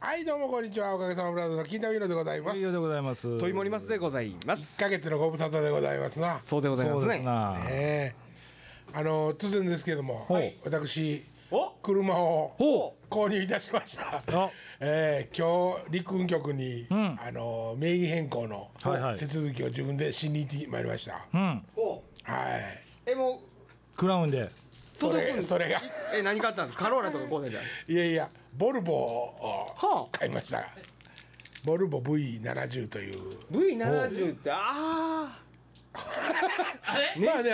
はいどうもこんにちは、おかげさまブラザーズの金田美濃でございます。 いいよでございます。 問い森松でございます。 1ヶ月のご無沙汰でございますな。 そうでございますね。 な。 突然ですけども、 はい私お、 車をほ購入いたしました。 あ、 今日陸運局に、 ん名義変更のはいはい手続きを自分でしに行ってまいりました。 うん。 う。お、 はい。 もクラウンで。 そ届くんれそれがう何買ったんですか。カローラとかこうねじゃん。 いやいやボルボをはあ。 買いました。ボルボ V70 という。 V70 ってまあね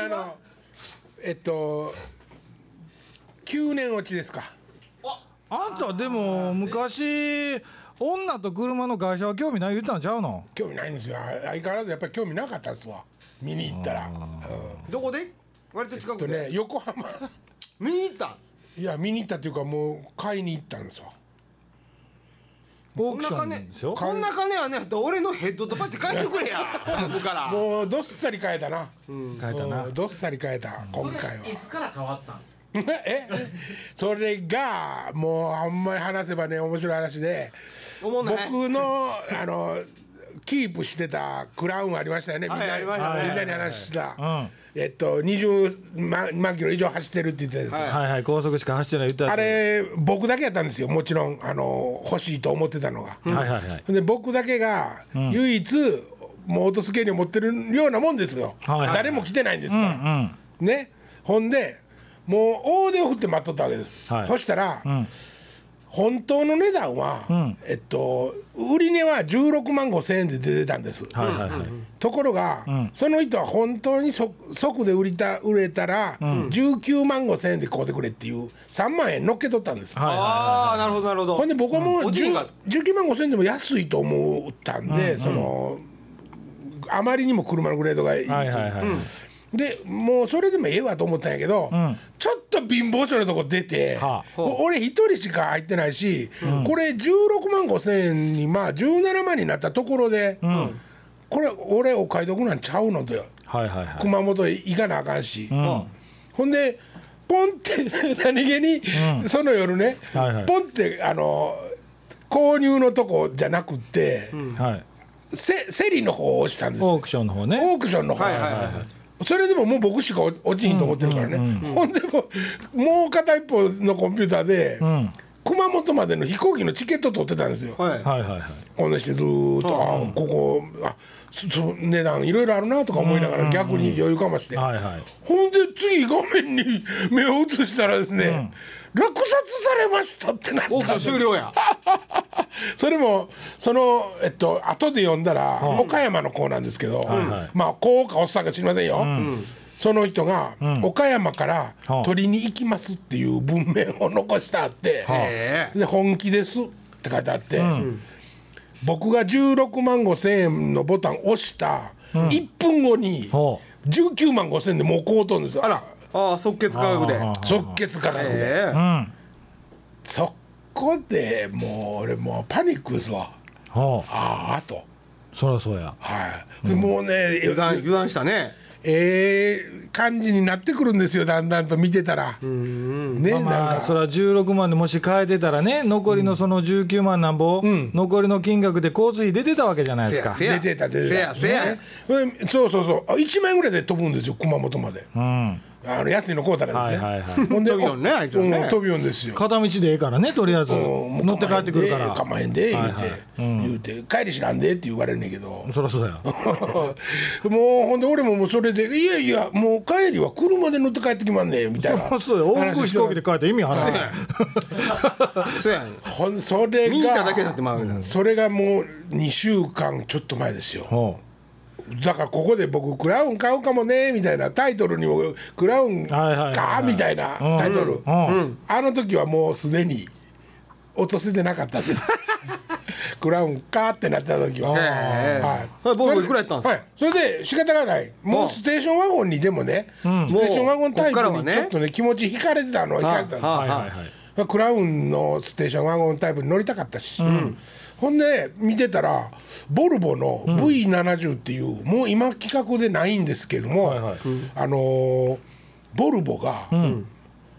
9年落ちですか。 あんたでも昔女と車の会社は興味ない言ったんちゃうの？ 興味ないんですよ。相変わらずやっぱり興味なかったですわ。見に行ったら。 どこで？割と近くで。 横浜見に行ったん。 いや見に行ったっていうかもう買いに行ったんですよ。 オークションこんな金でしょ？ こんな金はねと俺のヘッドとパッチ買ってくれや。頼むから。 もうどっさり変えたな。 変えたな。 どっさり変えた今回は。 いつから変わったん？ それがもうあんまり話せばね面白い話で、 思うね。 僕のキープしてたクラウンありましたよね。みんなはいありましたねみんなに話した。 うん。 20万キロ以上走ってるって言ってたやつ。 はいはい、高速しか走ってない言ったやつ。 あれ僕だけやったんですよ。もちろん欲しいと思ってたのが。 はいはいはい。 で僕だけが唯一もうオートスケールを持ってるようなもんですよ。 はいはい誰も来てないんですから。 うんね。ほんでもう大手を振って待っとったわけです。 はいそしたら、 ん本当の値段は、 ん売り値は16万5千円で出てたんです。 はいはいはい。 ところが、その人は本当に即で売れたら、19万5千円で買うてくれっていう3万円乗っけとったんです。 はいはいああ、なるほどなるほど。 ほんで僕はもう、 おじいが 19万5千円でも安いと思ったんで、あまりにも車のグレードがいいという、 はいはいはい。 でもうそれでもええわと思ったんやけど、 んちょっと貧乏症のとこ出て、 は俺一人しか入ってないし、これ16万5千円にまあ17万になったところで、これ俺お買い得なんちゃうのとよ、 はいはいはい。 熊本へ行かなあかんし、 んほんでポンって何気に、その夜ね、 はいはいポンって購入のとこじゃなくって、 はい。 セリの方を押したんです。 オークションの方ね。 オークションの方、 はいはいはい。 それでももう僕しか落ちひんと思ってるからね、ほんでもう片一方のコンピューターで、 うん。 熊本までの飛行機のチケット取ってたんですよ、 はい。 はいはいはい。 こんなしてずーっと、ここ値段いろいろあるなとか思いながら逆に余裕かまして、 はいはい。 ほんで次画面に目を移したらですね、落札されましたってなったオークション終了や。 それも後で読んだら、岡山の子なんですけど、 はいまあこうかおっさんか知りませんよ、その人が、岡山から取りに行きますっていう文面を残してあって、 へえ。 で本気ですって書いてあって、僕が16万5千円のボタンを押した1分後にほ 19万5千円でもう買うとんですよ。 あら。ああ、即決価格で。 即決価格で、 えう。うん。 そこでもう俺もうパニックですわ。 ほう。 ああと、 そらそうや。 はいでもうね油断したね。 感じになってくるんですよ、だんだんと見てたら。ね、 まなんかあそれは16万でもし変えてたらね、残りのその19万なんぼ、残りの金額で交通費出てたわけじゃないですか。 せや出てた出てた。 せやねそうそうそう1万円ぐらいで飛ぶんですよ、熊本まで。 うん。 安いの買うたらですね。 はいはいはいほんで飛びよんねあいつはね飛びよんですよ。 片道でええからね、とりあえずもう乗って帰ってくるから。 構えんで言うて、 はいはい言うて帰り知らんでって言われるねんけどそらそうや。 もうほんで俺ももうそれでいやいやもう帰りは車で乗って帰ってきまんねんみたいなそうや、往復飛行機で帰ったら意味あらん。 そうやん。 それ見に行っただけだがってまう。 それがもう2週間ちょっと前ですよ。 ほだからここで僕クラウン買うかもねみたいなタイトルにもクラウンはいはいはいはいかみたいなタイトル、 う。うん。 あの時はもうすでに落とせてなかったんですクラウンかってなった時は、 へえ。 はいはい、ボルボいくらやったんですか。 はい、それで仕方がないもうステーションワゴンにでもね、ステーションワゴンタイプにちょっとね気持ち惹かれてたのは惹かれてたんです、 ははいはいはい。 クラウンのステーションワゴンタイプに乗りたかったし、ほんで見てたらボルボの V70 っていう、もう今企画でないんですけども、 はいはいボルボが、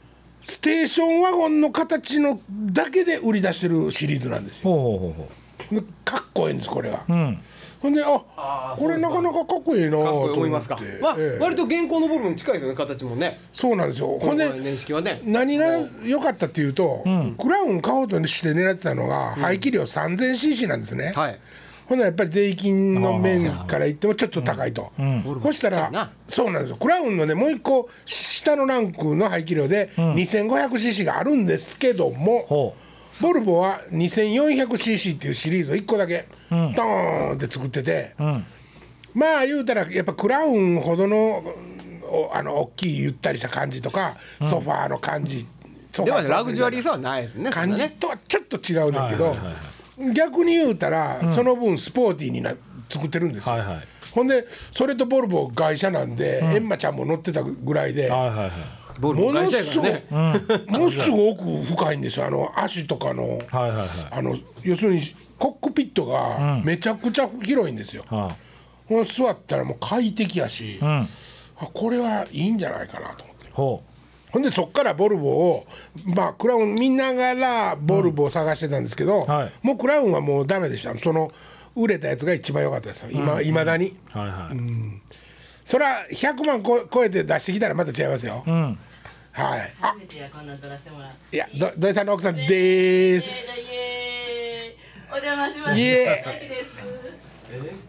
ステーションワゴンの形のだけで売り出してるシリーズなんですよ。 ほうほうほうほでかっこいいんですこれが。 う。うん。 ほんでこれなかなかかっこいいなとかっこいい思思いますか。まあ割と現行のボルボに近いですよね形もね。 そうなんですよ。ほんで年式はね。 何が良かったっていうと、クラウン買おうとして狙ってたのが排気量 3000cc なんですね。 はい。 ほんでやっぱり税金の面から言ってもちょっと高いと、そしたちっちゃいならそうなんですよ。クラウンのねもう一個下のランクの排気量で 2500cc があるんですけども、 ほボルボは 2400cc っていうシリーズを1個だけドーンって作ってて、まあ言うたらやっぱクラウンほどの大きいゆったりした感じとか、ソファーの感じ、ソフでァーはラグジュアリーさはないですね。 感じね。 とはちょっと違うねんけど、逆に言うたら、その分スポーティーに作ってるんですよ。 はいはいほんでそれとボルボ外車なんで、エンマちゃんも乗ってたぐらいで、 はいはいはい。 ボルボ会社やからね。 ものすごく深いんですよ。足とかの、 はいはいはい。 要するにコックピットがめちゃくちゃ広いんですよ。 はほんで座ったらもう快適やし、 あ。うん。 これはいいんじゃないかなと思って。 ほほんでそっからボルボをクラウン見ながらボルボを探してたんですけど、 はいもうクラウンはもうダメでした。その売れたやつが一番良かったですいまだに。 う。はいはい。 それは100万超えて出してきたらまた違いますよ。 うん。 はい。 初めてやこんなん撮らせてもらう。 いや土井さんの奥さんでーす。 イエーイ。お邪魔します。 イエーイ大輝です。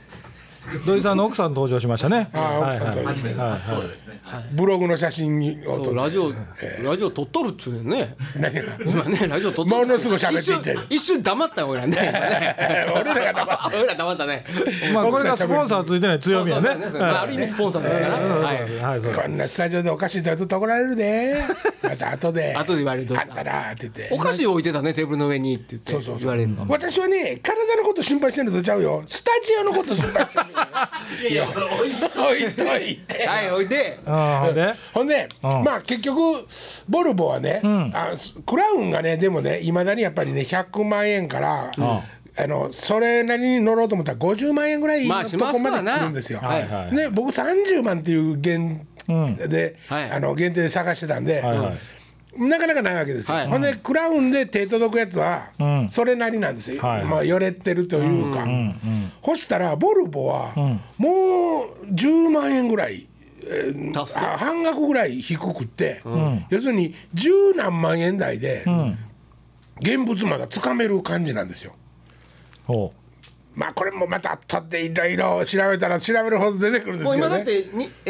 土井さんの奥さん登場しましたね。 あー奥さん登場しましたはいはい。 ブログの写真を撮ってそうラジオ撮っとるっちゅうねんね。 何が今ねラジオ撮っとる。 ものすごい喋っていってる一瞬黙ったよ俺らね。 俺らが黙って俺ら黙ったね。 まあこれがスポンサーついてない強みやね。 そうある意味スポンサーだから。はい。 はいそう。 こんなスタジオでおかしいとずっと怒られるでまた後で後で言われるあんたなって言ってお菓子置いてたねテーブルの上にって言って言われるの。 私はね体のこと心配してるのとちゃうよスタジオのこと心配してるのよいやいや、それ置いと置いといてはい置いて。 ああほんで。 ほんでまあ結局ボルボはねクラウンがねでもねいまだにやっぱりね100万円からそれなりに乗ろうと思ったら50万円ぐらいのとこまで来るんですよ。 はいはいで僕30万っていう限ではい限定で探してたんではいはい。 なかなかないわけですよ。 はいほんでクラウンで手届くやつはんそれなりなんですよ。 はいまあよれてるというか。そしたらボルボはもう10万円ぐらい足すと半額ぐらい低くって要するに十何万円台で現物まがつかめる感じなんですよ。 ほまあこれもまた後でいろいろ調べたら調べるほど出てくるんですもう今だっけどね。 てに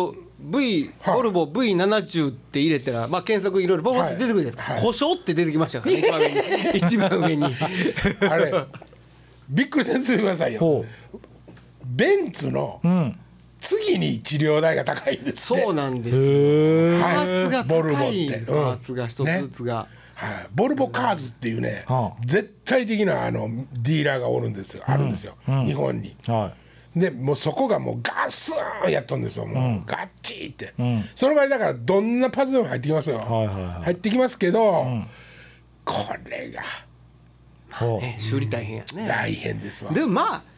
V はいボルボ V70 って入れたらまあ検索いろいろボンって出てくるじゃないですか。故障って出てきましたからね一番上に一番上に。 あれびっくりせんといてくださいうよ。 ほベンツのう。うん。 次に治療代が高いんですって。 そうなんですよ。 へえ。 パーツがボルボっ高いてパーツが一つずつが。 はい、ボルボカーズっていうね、 はあ絶対的なディーラーがおるんですよ、あるんですよ、日本に。 はでもうそこがもうガスーンやっとんですよ、もうガッチーって、その代わりだからどんなパズルも入ってきますよ、 はいはいはい入ってきますけど、これがい。ほね修理大変やね。 大変ですわ。 でもまあ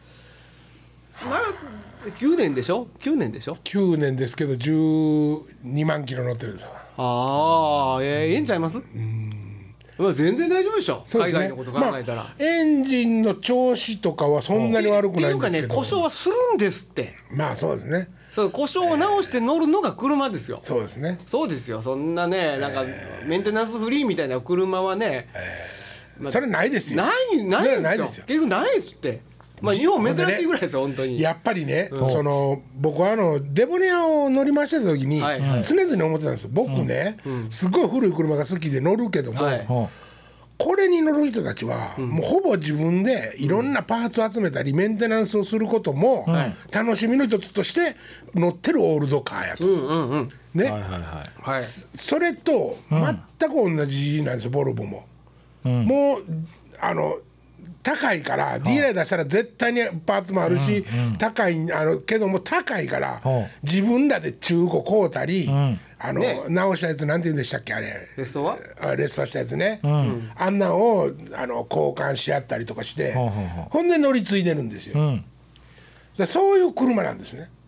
9年でしょ9年でしょ。 9年ですけど12万キロ乗ってるんですよ。 ああええんちゃいます。まあ全然大丈夫でしょ。 そうですね海外のこと考えたら。 まあ、エンジンの調子とかはそんなに悪くないんですけど、 っていうかね故障はするんですって。 まあそうですね、 そう故障を直して乗るのが車ですよ。 そうですね。 そうですよ。そんなねなんかメンテナンスフリーみたいな車はね、 それないですよ。 ないんですよ。 ないですよ。 結局ないですって。まあ日本珍しいぐらいですよ本当に。 やっぱりね、僕はデボネアを乗り回してた時に、 はいはい常々思ってたんですよ。僕ね、すごい古い車が好きで乗るけども、 はいほこれに乗る人たちは、もうほぼ自分でいろんなパーツを集めたり、メンテナンスをすることも、楽しみの一つとして乗ってるオールドカーやと。ね、 う。はいはいはい。 はい。 それと全く同じなんですよ、ボルボも。もう高いからディーラー出したら絶対にパーツもあるし、高いけども高いから自分らで中古買うたり、 ね直したやつなんて言うんでしたっけあれレストはレストアしたやつね、あんなんを交換し合ったりとかして、 ほうほうほうほんで乗り継いでるんですよ、そういう車なんですね。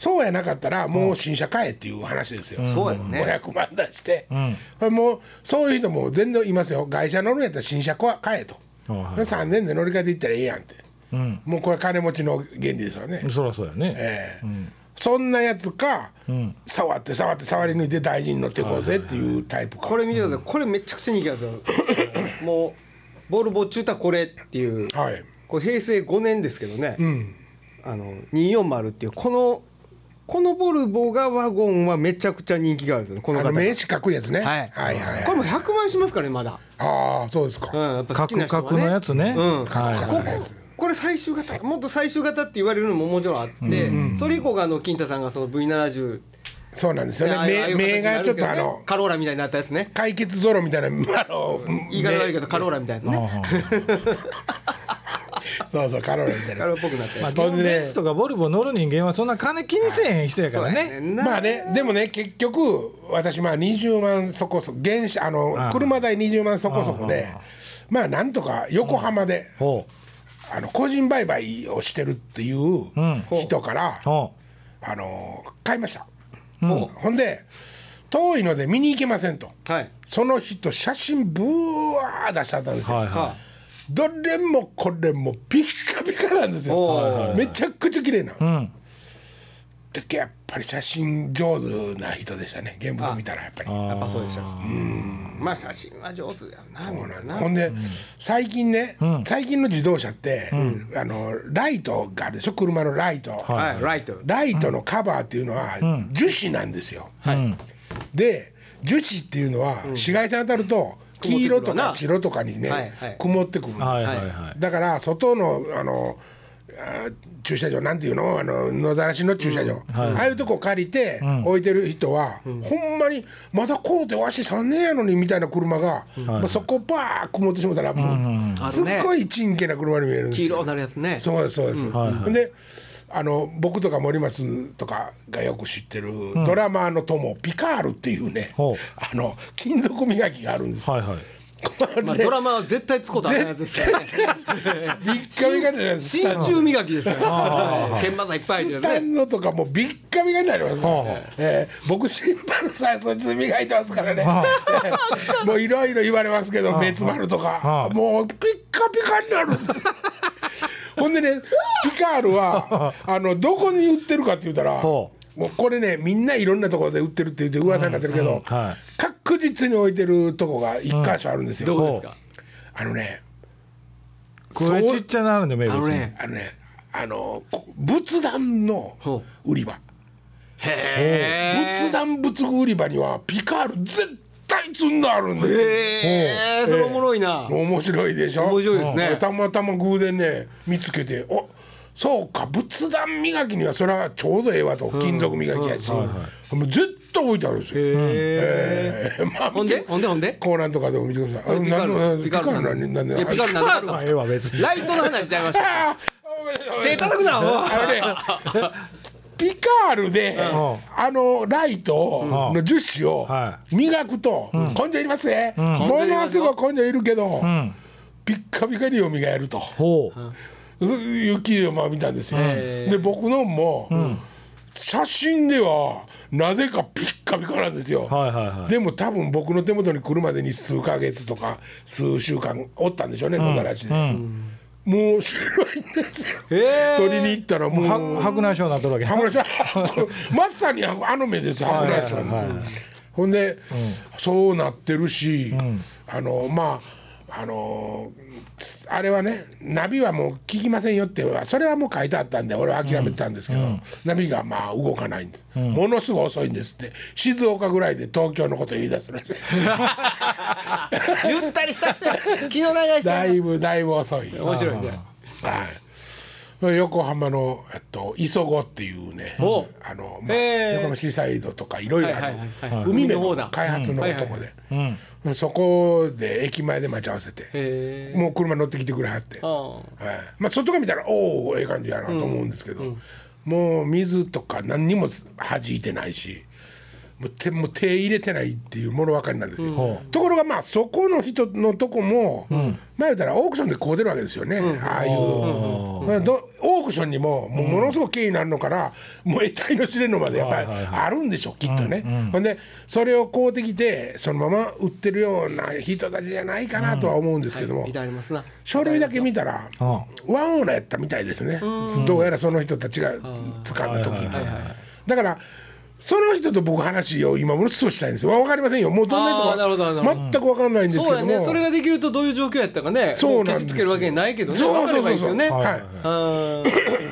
そうやなかったらもう新車買えっていう話ですよ、 そうやもんね。 500万出して、これもうそういう人も全然いますよ。外車乗るんやったら新車買えと、3年で乗り換えていったらええやんって、もうこれ金持ちの原理ですよね。 そりゃそうやね、 そんなやつか、触って触り抜いて大事に乗っていこうぜっていうタイプか。 これ見てください。これめちゃくちゃ人気なんですよ。もうボルボ中太これっていう、 はい、 これ平成5年ですけどね、240っていうこのボルボがワゴンはめちゃくちゃ人気があるんですよね。この方名刺かっこいいやつね、 はいはいはいはい、 これも100万しますからねまだ。 ああそうですか、 やっぱ好きな人はね。 角のやつね、 これ最終型、もっと最終型って言われるのももちろんあって、それ以降が金太さんがその V70、 そうなんですよね。目がちょっとカローラみたいになったやつね。 解決ゾロみたいな言い方悪いけどカローラみたいなね。 そうそうカローラみたいなカローっぽくなって。 ベンツとかボルボ乗る人間はそんな金気にせえへん人やからね。 まあね、でもね結局私まあ20万そこそこ車代20万そこそこでまあなんとか横浜で個人売買をしてるっていう人から買いました。ほんで遠いので見に行けませんと、その人写真ブワー出しちゃったんですよ、どれもこれもピッカピカなんですよ、めちゃくちゃ綺麗な、でやっぱり写真上手な人でしたね。現物見たらやっぱりやっぱそうでした。まあ写真は上手だよな。 そうなんだ。ほんで、最近ね、最近の自動車って、ライトがあるでしょ、車のライト、ライトのカバーっていうのは樹脂なんですよ、で樹脂っていうのは紫外線当たると黄色とか白とかにね曇ってくる、だから外の駐車場なんていうの野ざらしの駐車場、ああいうとこ借りて置いてる人は、ほんまにまだこうでわし3年やのにみたいな車が、そこバー曇ってしまったらもうすっごいちんけな車に見えるんですよ。 黄色になるやつね。 そうですそうです、で僕とか森松とかがよく知ってるドラマーの友ピカールっていうね、金属磨きがあるんですよ。 ドラマは絶対使うとあかんやつですよね。 ビッカビカになります。 真鍮磨きですよ。研磨剤いっぱい入ってるね。 スタンドとかもうビッカビカになりますから、僕シンバルさえそいつ磨いてますからね。もういろいろ言われますけど目詰まるとかもうピッカピカになる。ほんでねピカールはどこに売ってるかって言ったらもうこれねみんないろんなところで売ってるって言って噂になってるけど、確実に置いてるとこが一箇所あるんですよ。 どこですか？ これちっちゃなるんで名物仏壇の売り場、仏壇仏具売り場にはピカール絶対積んであるんですよ。 それおもろいな。 面白いでしょ。 面白いですね。 たまたま偶然ね見つけて、そうか仏壇磨きにはそれはちょうどええわと、金属磨きやし、もう絶対置いてあるんですよ。 ほんでコーナーとかでも見てください。 ピカールピカールなんでピカールなんはええわ別に。 ライトの話しちゃいました。手叩くな。 ピカールでライトの樹脂を磨くと根性いりますね。ものすごい根性いるけどピッカピカによみがえるという記事を見たんですよ。で僕のも写真ではなぜかピッカピカなんですよ。でも多分僕の手元に来るまでに数ヶ月とか数週間おったんでしょうね、野ざらしで。もう白いんですよ。取りに行ったらもう白内障になってるわけ。 白内障まさに目ですよ、白内障。ほんでそうなってるし、あれはねナビはもう効きませんよってそれはもう書いてあったんで俺は諦めてたんですけど、ナビがまあ動かないんです、ものすごい遅いんですって。静岡ぐらいで東京のこと言い出すんです。 ゆったりした人気の長い人だいぶ遅い。 面白いね。 横浜の磯子っていうね、横浜シーサイドとかいろいろある海辺の開発のとこで、そこで駅前で待ち合わせてもう車乗ってきてくれはって、外が見たらおおええ感じやなと思うんですけど、もう水とか何にも弾いてないしもう手入れてないっていうもの分かりなんですよ。ところがそこの人のとこも、言うたらオークションで買うてるわけですよね。ああいうオーオークションにももうものすごく権威になるのからもう得体の知れんのまでやっぱりあるんでしょきっとね。ほんでそれを買うてきてそのまま売ってるような人たちじゃないかなとは思うんですけども、 いてありますな。 書類だけ見たらワンオーナーやったみたいですね。どうやらその人たちが掴んだ時に。だからその人と僕話を今ものすごいしたいんですよ。分かりませんよ。もうどんな人か全く分かんないんですけども。 そうやね。それができるとどういう状況やったかね。 そうなんです。 ケチつけるわけないけどね。 そう分かればいいですよね。 はい。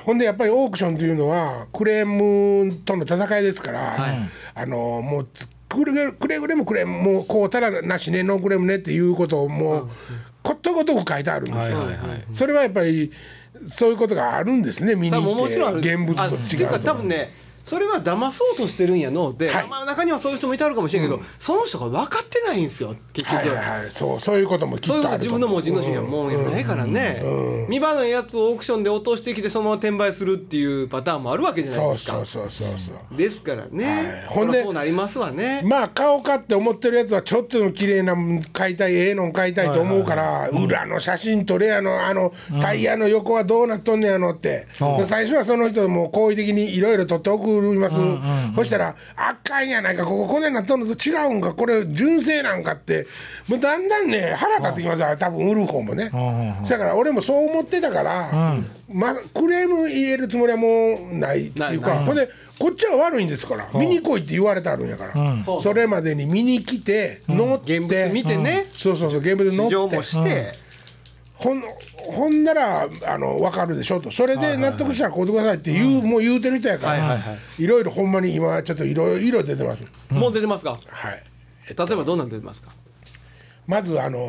ほんでやっぱりオークションというのはクレームとの戦いですから、もうくれぐれもクレームもうこうたらなしねノークレームねっていうことをもうことごとく書いてあるんですよ。それはやっぱりそういうことがあるんですね。見に行って現物と違うと。 っていうか多分ね。それは騙そうとしてるんやので、まあ中にはそういう人もいてあるかもしれんけど、その人が分かってないんですよ結局。 そういうこともきっとあると。 そういう自分の持ち主がもうないからね。見場のやつをオークションで落としてきてそのまま転売するっていうパターンもあるわけじゃないですか。そうですからね。ほんでそうなりますわね。 まあ買おうかって思ってるやつはちょっとの綺麗な買いたいの買いたいと思うから裏の写真撮れやのタイヤの横はどうなっとんねやのって最初はその人も好意的にいろいろ撮って送ります。そしたらあかんやないかこんなになっとんのと違うんかこれ純正なんかってもうだんだんね腹立ってきますよ多分売る方もね。だから俺もそう思ってたからクレーム言えるつもりはもうないっていうかほんでこっちは悪いんですから見に来いって言われてあるんやからそれまでに見に来て乗って現物見てねそう現物乗って試乗もしてほんなら分かるでしょとそれで納得したら買うてくださいってもう言うてる人やからいろいろほんまに今ちょっといろいろ出てます。 もう出てますか。 はい例えばどんなん出てますか。 まずあれ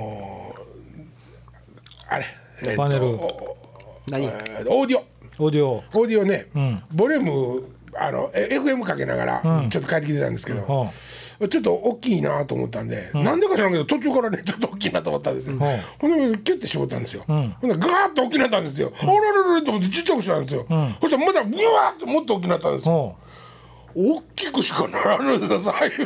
パネル何オーディオねボリュームFM かけながらちょっと帰ってきてたんですけどちょっと大きいなと思ったんでなんでか知らんけど途中からねちょっと大きいなと思ったんですよ。ほんでキュッて絞ったんですよ。ほんでガーッと大きくなったんですよ。あらららと思ってちっちゃくしたんですよ。そしたらまだギュワーッともっと大きくなったんですよ。大きくしかならないですよ最後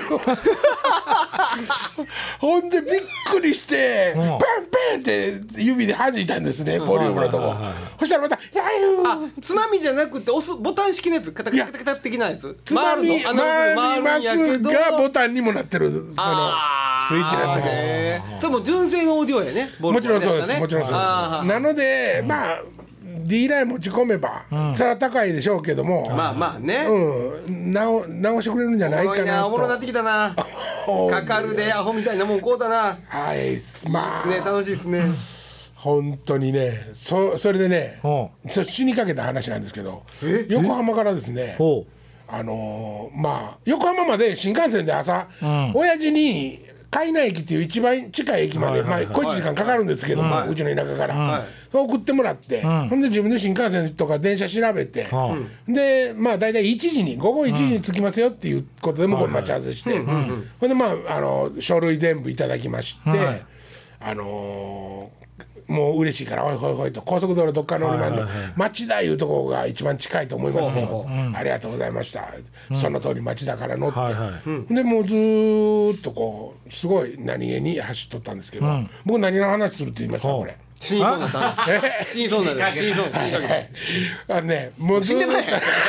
ほんでびっくりしてパンパンって指で弾いたんですねボリュームのとこ。そしたらまた「やゆつまみじゃなくて押すボタン式のやつカタカタカタカタ的なやつつまみ回りますがボタンにもなってるそのスイッチになってる。 それも純正のオーディオやね。 もちろんそうですもちろんそうです。なのでまあディーラーへ持ち込めばそれは高いでしょうけどもまあね直してくれるんじゃないかなと。 おもろなってきたなかかるでアホみたいなもんこうだな。 はいまあ楽しいですね本当にねそれでね死にかけた話なんですけど横浜からですねまあ横浜まで新幹線で朝親父に海南駅っていう一番近い駅まで小1時間かかるんですけどもうちの田舎から送ってもらってほんで自分で新幹線とか電車調べてでまあ大体1時に午後1時に着きますよっていうことで向こうに待ち合わせしてほんでまあ書類全部いただきましてもう嬉しいから「おいほいほい」と高速道路どっか乗りまんの町田いうとこが一番近いと思いますよありがとうございましたその通り町田から乗ってでもうずーっとこうすごい何気に走っとったんですけど僕何の話するって言いましたこれ死にそうになった死にそうになった死にそうねもうずーっと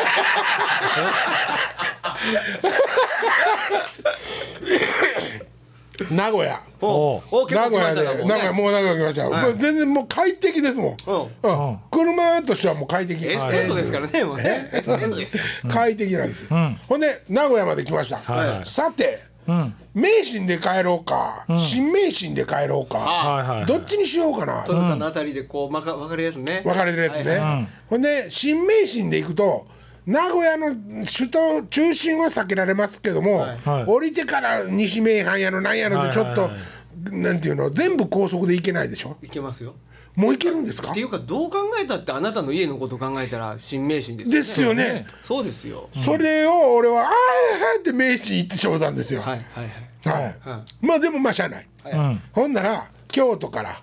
名古屋名古屋でもう名古屋来ましたよ全然もう快適ですもん車としてはもう快適エステートですからねもうねエステートです快適なんですほんで名古屋まで来ましたさて名神で帰ろうか新名神で帰ろうかどっちにしようかなトヨタのあたりでこう分かるやつね分かれるやつねほんで新名神で行くと名古屋の首都中心は避けられますけども、降りてから西名阪やのなんやのでちょっとなんていうの全部高速で行けないでしょ。 行けますよ。 もう行けるんですか。 っていうかどう考えたってあなたの家のこと考えたら新名神ですよね。 ですよね。 そうですよ。 それを俺はあーって名神行ってしまったんですよ。はい。まあでもまあしゃあない。ほんなら京都から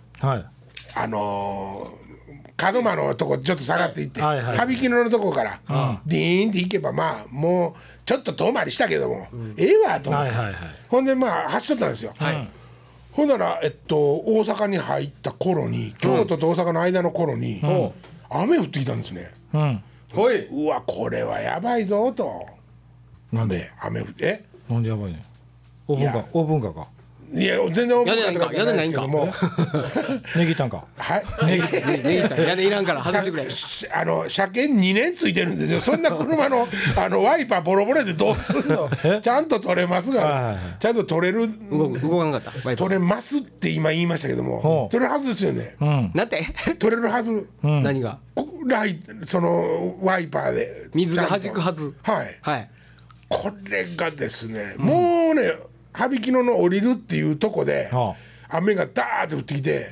門真のとこちょっと下がっていって羽曳野のとこからディーンって行けばまあもうちょっと遠回りしたけどもええわと思ってほんでまあ走っとったんですよ。ほんなら大阪に入った頃に京都と大阪の間の頃に雨降ってきたんですね。 ほいうわこれはやばいぞと。雨降ってなんでやばいね。オーブンカーか。 いや全然屋根ないんかネギたんか。 はい。 屋根いらんから外してくれ。 車検2年ついてるんですよ。そんな車のワイパーボロボロでどうするの。ちゃんと取れますから、ちゃんと取れる。 動かんかった。 取れますって今言いましたけども、取れるはずですよね。 なんて取れるはず。 何がそのワイパーで水が弾くはず。 はい。これがですね、もうね羽曳野の降りるっていうとこで雨がダーッと降ってきて、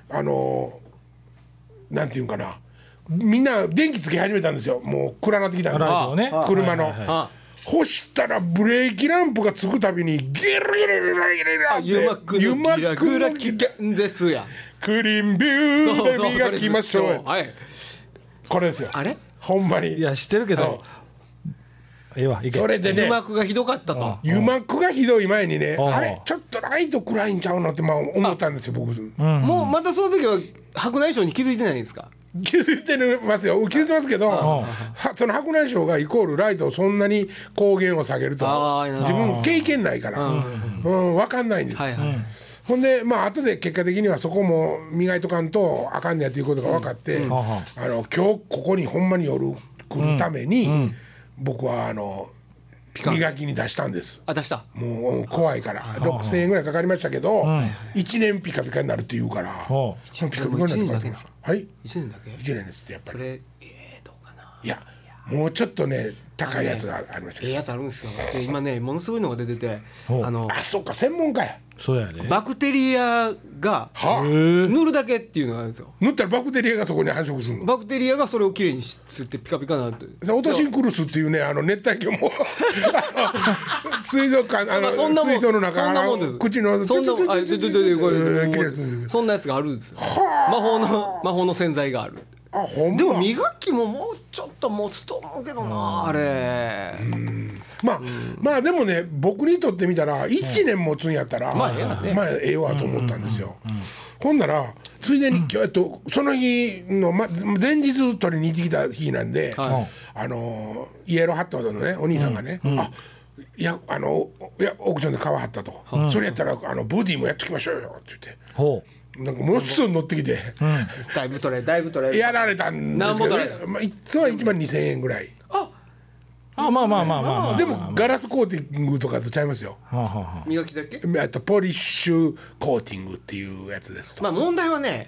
なんていうんかな、みんな電気つけ始めたんですよ。もう暗なってきたんで、車の。そしたらブレーキランプがつくたびにギリギリギリギリって油膜の危険ですや。 クリーンビューで磨きましょう。これですよ。 あれほんまに。 いや知ってるけど。 それでね、 油膜がひどかったと。 油膜がひどい前にね、あれちょっとライト暗いんちゃうのって思ったんですよ僕。 もうまたその時は白内障に気づいてないんですか。 気づいてますよ。気づいてますけど、その白内障がイコールライトをそんなに光源を下げると自分経験ないから分かんないんです。ほんで後で結果的にはそこも磨いとかんとあかんねやっていうことが分かって、今日ここにほんまに夜来るために、僕は磨きに出したんです。 出した。 もう怖いから6000円ぐらいかかりましたけど、1年ピカピカになるって言うから、 1年だけ。 はい。 1年だけ。 1年ですってやっぱり。 それどうかな。 いやもうちょっとね高いやつがありました。 やつあるんですよ。今ねものすごいのが出てて、 そうか専門家や。 そうやね。 バクテリアが塗るだけっていうのがあるんですよ。 塗ったらバクテリアがそこに繁殖するの。 バクテリアがそれをきれいにするってピカピカなって。 オトシンクルスっていうね熱帯魚も水族館水槽の中口のそんなやつがあるんですよ。魔法の洗剤がある。でも磨きももうちょっと持つと思うけどなあれ。 まあでもね僕にとってみたら1年持つんやったらええわと思ったんですよ。ほんならついでにその日の前日取りに行ってきた日なんで、イエローハットのねお兄さんがね、オークションで買わはったと、それやったらボディもやっときましょうよって言って。なんかものすごい乗ってきて、 だいぶ取れやられたんですけど、いつは1万2000円ぐらい。 まあでもガラスコーティングとかとちゃいますよ。 磨きだけ。 あとポリッシュコーティングっていうやつですと。 問題はね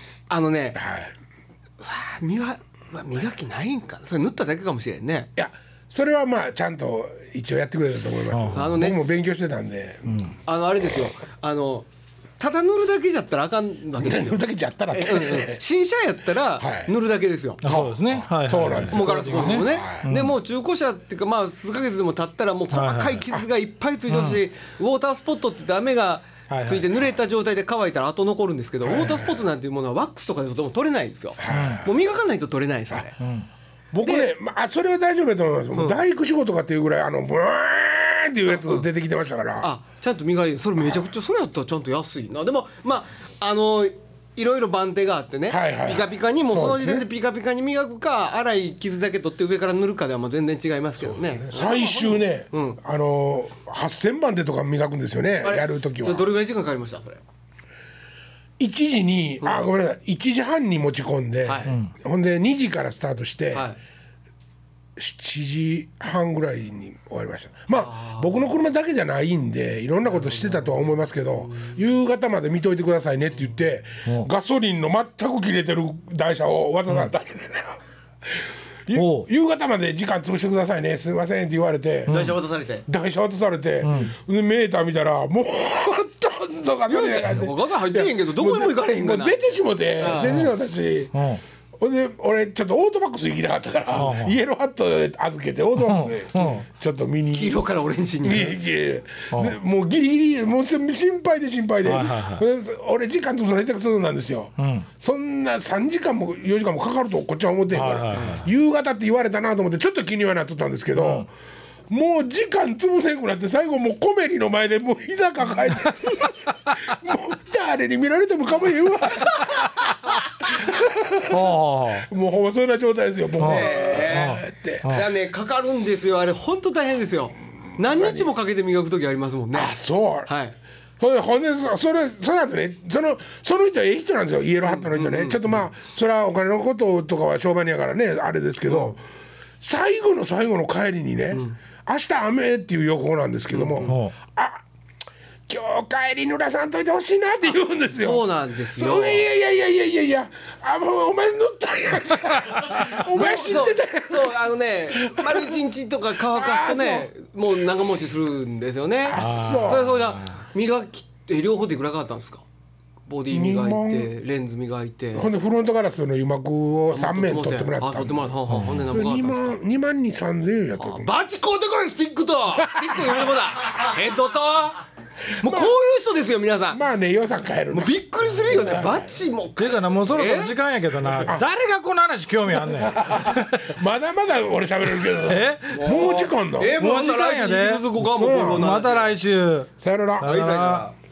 磨きないんかな。それ塗っただけかもしれんね。 いやそれはちゃんと一応やってくれたと思います。僕も勉強してたんで。 あれですよ。ただ塗るだけじゃったらあかんわけですよ。 塗るだけじゃったらって新車やったら塗るだけですよ。 そうですね。 そうなんです。 もうガラスコーティングもね。でもう中古車っていうか数ヶ月でも経ったらもう細かい傷がいっぱいついてるし、ウォータースポットって言って雨がついて濡れた状態で乾いたら後残るんですけど、ウォータースポットなんていうものはワックスとかでとても取れないんですよ。もう磨かないと取れないですよね。 僕ねそれは大丈夫だと思います。大工仕事かっていうぐらいブワーンっていうやつ出てきてましたから。 ちゃんと磨いてそれめちゃくちゃそれやったらちゃんと安いな。でもいろいろ番手があってね、ピカピカにもうその時点でピカピカに磨くか粗い傷だけ取って上から塗るかでは全然違いますけどね。 最終ね8000番手とか磨くんですよね、やるときは。 どれぐらい時間かかりましたそれ。 1時にごめんなさい1時半に持ち込んで、ほんで2時からスタートして、7時半ぐらいに終わりました。僕の車だけじゃないんでいろんなことしてたとは思いますけど、夕方まで見といてくださいねって言ってガソリンの全く切れてる台車を渡されたんですよ。夕方まで時間潰してくださいねすみませんって言われて、 台車渡されてメーター見たらもうほとんどガソリンがガソ入ってへんけどどこにも行かれへんがな。 出てしもてしほんで俺ちょっとオートバックス行きたかったからイエローハットで預けてオートバックスでちょっと見に黄色からオレンジにもうギリギリもう心配で俺時間とそれ下手くそなんですよ。そんな3時間も4時間もかかるとこっちは思ってんから夕方って言われたなと思ってちょっと気にはなっとったんですけど、もう時間潰せんくなって最後もうコメリの前でもう膝抱えてもう誰に見られても構えへんわおーもうほんまそんな状態ですよもうってだからねかかるんですよあれ本当大変ですよ何日もかけて磨く時ありますもんねあそうはいほんでその後ねその人はええ人なんですよイエローハットの人ね、ちょっとまあそれはお金のこととかは商売人やからねあれですけど、最後の最後の帰りにね、明日雨っていう予報なんですけども、あ今日帰り濡らさんといてほしいなって言うんですよ。 そうなんですよそういやもうお前塗ったんやお前知ってたやんそう丸一日とか乾かすとねもう長持ちするんですよねそうだ磨きって両方でいくらかかったんですかボディ磨いてレンズ磨いてほんでフロントガラスの油膜を3面取ってもらった取ってもらったほんで何ぼかかったんですか 2万2、3000円やったと思う。 バチ買うてこいスティックとスティックの色もだヘッドともうこういう人ですよ皆さんまあね予算変えるなもうびっくりするよねバチもていうかなもうそろそろ時間やけどな誰がこの話興味あんねんまだまだ俺喋れるけどもう時間だもうまた来週に引き続こうかもうまた来週さよならはいさよなら